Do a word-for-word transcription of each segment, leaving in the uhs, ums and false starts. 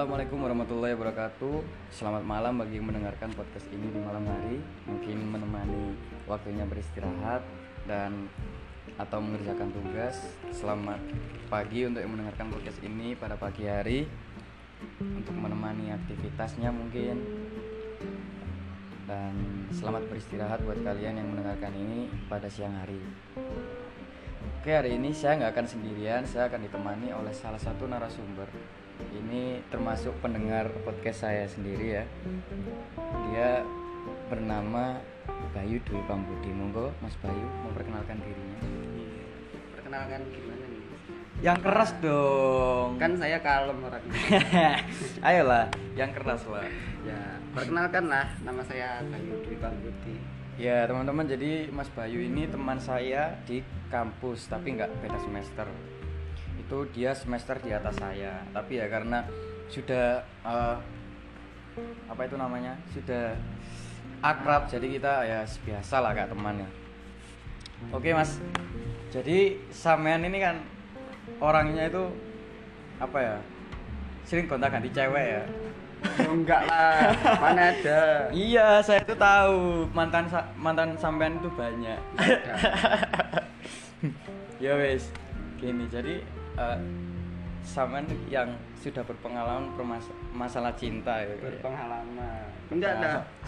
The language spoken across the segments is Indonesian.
Assalamualaikum warahmatullahi wabarakatuh. Selamat malam bagi yang mendengarkan podcast ini di malam hari. Mungkin menemani waktunya beristirahat dan atau mengerjakan tugas. Selamat pagi untuk yang mendengarkan podcast ini pada pagi hari, untuk menemani aktivitasnya mungkin. Dan selamat beristirahat buat kalian yang mendengarkan ini pada siang hari. Oke, hari ini saya nggak akan sendirian, saya akan ditemani oleh salah satu narasumber. Ini termasuk pendengar podcast saya sendiri ya. Dia bernama Bayu Dwi Pambudi. Monggo Mas Bayu memperkenalkan dirinya. Perkenalkan gimana nih? Yang keras dong. Kan saya kalem orangnya. Ayolah, yang keras lah. Ya, perkenalkan lah, nama saya Bayu Dwi Pambudi. Ya teman-teman, jadi Mas Bayu ini teman saya di kampus, tapi nggak beda semester. Itu dia semester di atas saya, tapi ya karena sudah uh, apa itu namanya, sudah akrab, jadi kita ya biasa lah kayak teman ya. Oke Mas, jadi sampean ini kan orangnya itu apa ya, sering gonta ganti cewek ya. Oh, enggak lah, mana ada. Iya, saya itu tahu mantan mantan sampean itu banyak. Ya wes, gini jadi uh, sampean yang sudah berpengalaman permas- masalah cinta ya. Berpengalaman. Enggak ada.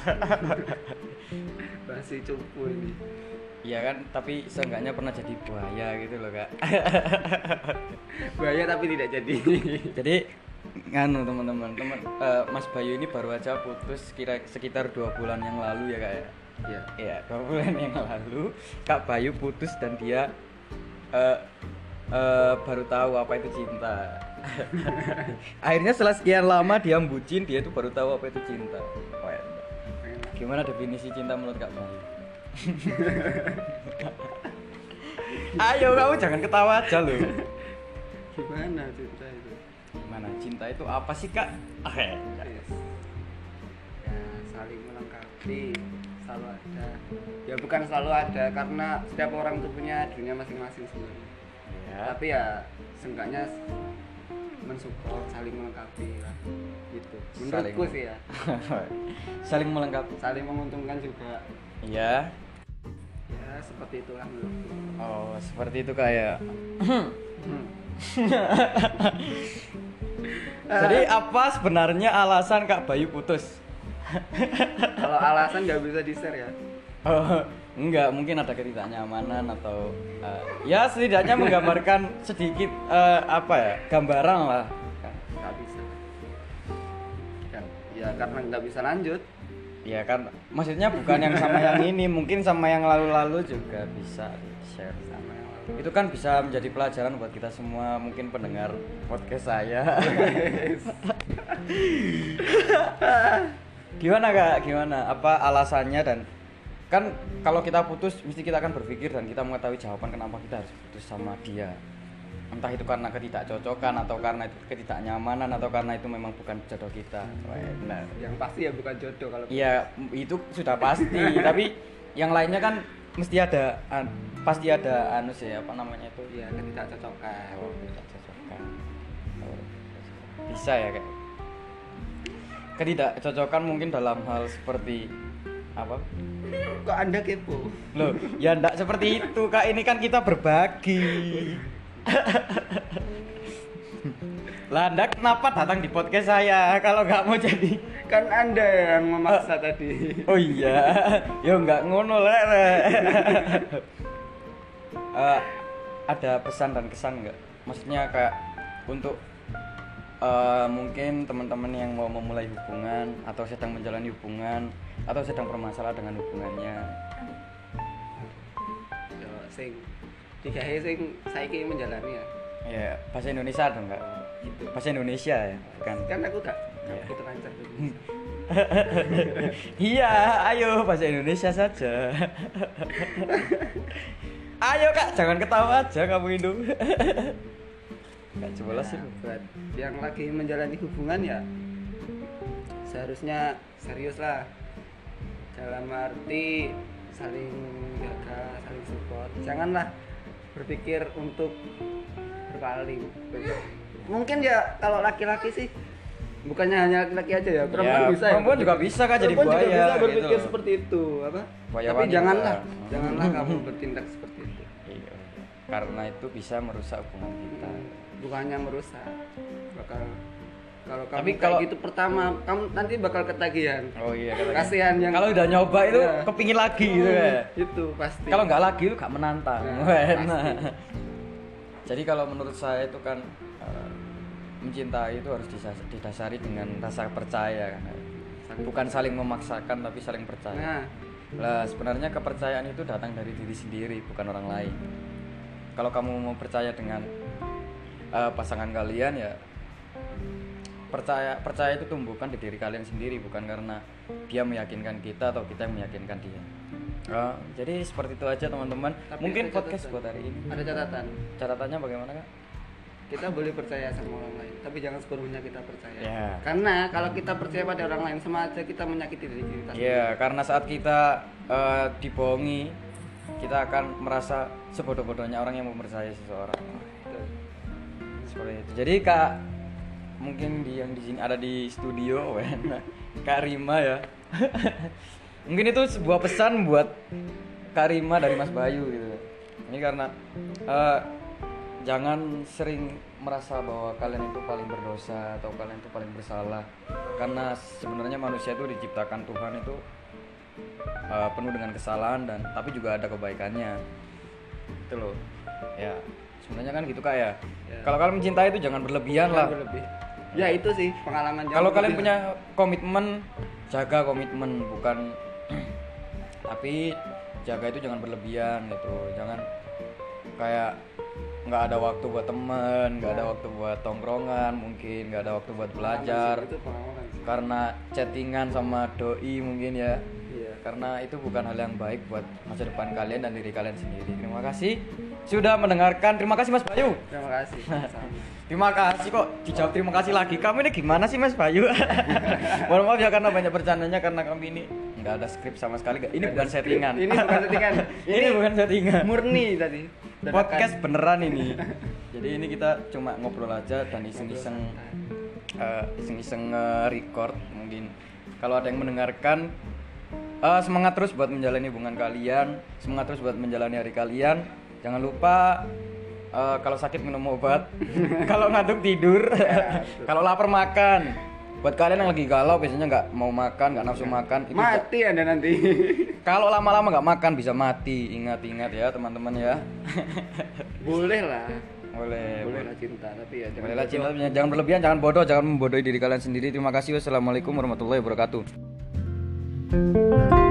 Masih cupu ini. Iya kan, tapi seenggaknya pernah jadi buaya gitu loh kak. Buaya tapi tidak jadi. Jadi nganu teman-teman, teman uh, Mas Bayu ini baru aja putus kira sekitar dua bulan yang lalu ya kak ya. Iya. Iya, dua bulan yang lalu Kak Bayu putus dan dia uh, uh, baru tahu apa itu cinta. Akhirnya setelah sekian lama dia bucin, dia tuh baru tahu apa itu cinta. Oh, ya. Gimana definisi cinta menurut Kak Bayu? Ayo kamu jangan ketawa aja loh. Gimana cinta itu? Gimana cinta itu apa sih kak? Yes. Ya saling melengkapi, selalu ada. Ya bukan selalu ada, karena setiap orang tuh punya dunia masing-masing sebenarnya. Ya. Tapi ya seenggaknya mensupport, saling melengkapi lah. Gitu. Menurutku Saling- sih ya. Saling melengkapi. Saling menguntungkan juga. Iya. Ya seperti itulah menurutku. Oh seperti itu kayak. Hmm. Jadi apa sebenarnya alasan Kak Bayu putus? Kalau alasan nggak bisa di-share ya. Oh, enggak, mungkin ada ketidaknyamanan atau uh, ya setidaknya menggambarkan sedikit uh, apa ya, gambaran lah. Nggak bisa. Ya, ya karena nggak bisa lanjut. Ya kan, maksudnya bukan yang sama yang ini, mungkin sama yang lalu-lalu juga bisa di-share. Sama yang lalu. Itu kan bisa menjadi pelajaran buat kita semua, mungkin pendengar podcast saya. Gimana kak? Gimana? Apa alasannya? Dan kan kalau kita putus, mesti kita akan berpikir dan kita mengetahui jawaban kenapa kita harus putus sama dia. Entah itu karena ketidakcocokan atau karena itu ketidaknyamanan atau karena itu memang bukan jodoh kita. Nah, Yang pasti ya bukan jodoh kalau. iya itu sudah pasti. Tapi yang lainnya kan mesti ada, an, pasti ada anu sih apa namanya itu. Iya ketidakcocokan. Oh, ketidakcocokan. Oh, bisa ya kayak ketidakcocokan mungkin dalam hal seperti apa? Kok Anda kepo? Loh, ya enggak seperti itu kak, ini kan kita berbagi. Lah anda kenapa datang di podcast saya kalau nggak mau jadi? Kan Anda yang memaksa tadi. Oh iya, ya nggak ngono lah. uh, ada pesan dan kesan nggak? Maksudnya kayak untuk uh, mungkin teman-teman yang mau memulai hubungan atau sedang menjalani hubungan atau sedang bermasalah dengan hubungannya. Yo sing tiga he sing saiki menjalani ya. Ya bahasa Indonesia dong nggak? Gitu. Bahasa Indonesia ya, bukan? Kan aku gak Iya. gitu lancar dulu. Iya, ayo bahasa Indonesia saja. Ayo kak, jangan ketawa aja kamu itu. Gak jelas sih. Nah, buat yang lagi menjalani hubungan ya seharusnya serius lah. Dalam arti saling jaga, saling support. Janganlah berpikir untuk berpaling. Mungkin ya kalau laki-laki sih bukannya hanya laki-laki aja ya, perempuan Ya, bisa ya. perempuan juga bisa kan jadi Perempuan juga buaya, bisa gitu berpikir loh. seperti itu, apa? Buaya Tapi wanita. janganlah, Hmm. janganlah kamu bertindak seperti itu. Iya. Karena itu bisa merusak hubungan kita. Bukannya merusak, bakal kalau kamu Tapi kayak kalau- gitu pertama, kamu nanti bakal ketagihan. Oh iya, kata- Kasihan yang kalau udah nyoba itu Iya. kepingin lagi gitu ya. Itu pasti. Kalau nggak lagi itu gak menantang. Nah, Wah, pasti. nah. Jadi kalau menurut saya itu kan eh, mencintai itu harus disa- didasari dengan rasa percaya kan. Bukan saling memaksakan tapi saling percaya. Nah, Lah sebenarnya kepercayaan itu datang dari diri sendiri bukan orang lain. Kalau kamu mau percaya dengan eh, pasangan kalian ya percaya percaya itu tumbuhkan di diri kalian sendiri bukan karena dia meyakinkan kita atau kita yang meyakinkan dia. Eh, jadi seperti itu aja teman-teman. tapi Mungkin ada podcast catatan. buat hari ini. Ada catatan. Catatannya bagaimana kak? Kita boleh percaya sama orang lain, tapi jangan sepenuhnya kita percaya. Ya. Karena kalau kita percaya pada orang lain sama aja kita menyakiti diri kita. Iya, karena saat kita eh, dibohongi, kita akan merasa sebodoh-bodohnya orang yang mempercayai seseorang. Betul. Seperti itu. Jadi kak, mungkin di yang di sini ada di studio, wen. Kak Rima ya. Mungkin itu sebuah pesan buat Kak Rima dari Mas Bayu gitu. Ini karena eh, jangan sering merasa bahwa kalian itu paling berdosa atau kalian itu paling bersalah. Karena sebenarnya manusia itu diciptakan Tuhan itu eh, penuh dengan kesalahan dan tapi juga ada kebaikannya. Itu loh. Ya, sebenarnya kan gitu Kak ya. Ya. Kalau kalian mencintai itu jangan berlebihan lah. Jangan berlebih. Ya itu sih pengalaman. Kalau jangan kalian berlebih. punya komitmen, jaga komitmen bukan tapi jaga itu jangan berlebihan gitu. Jangan kayak nggak ada waktu buat temen, nggak ada waktu buat tongkrongan, mungkin nggak ada waktu buat belajar Itu pengalaman sih. karena chattingan sama doi mungkin ya. Iya. Karena itu bukan hal yang baik buat masa depan kalian dan diri kalian sendiri. Terima kasih sudah mendengarkan. Terima kasih Mas Bayu. Terima kasih. Sama. Terima kasih kok dijawab terima kasih lagi. Kamu ini gimana sih Mas Bayu? Mohon maaf ya karena banyak bercandanya karena kami ini nggak ada skrip sama sekali. Ini bukan settingan. Ini bukan settingan. Ini bukan settingan. Murni tadi. Dadakan. Podcast beneran ini. Jadi ini kita cuma ngobrol aja dan iseng-iseng eh, iseng-iseng eh, record mungkin. Kalau ada yang mendengarkan eh, semangat terus buat menjalani hubungan kalian, semangat terus buat menjalani hari kalian. Jangan lupa eh, kalau sakit minum obat, kalau ngantuk tidur, kalau lapar makan. Buat kalian yang lagi galau biasanya nggak mau makan, nggak nafsu makan, itu Mati Anda nanti. kalau lama-lama nggak makan bisa mati. Ingat-ingat ya teman-teman ya. Boleh lah. Boleh, Boleh lah cinta, tapi ya jangan Bolehlah bodoh. cinta, jangan berlebihan, jangan bodoh, jangan membodohi diri kalian sendiri. Terima kasih. Wassalamualaikum warahmatullahi wabarakatuh.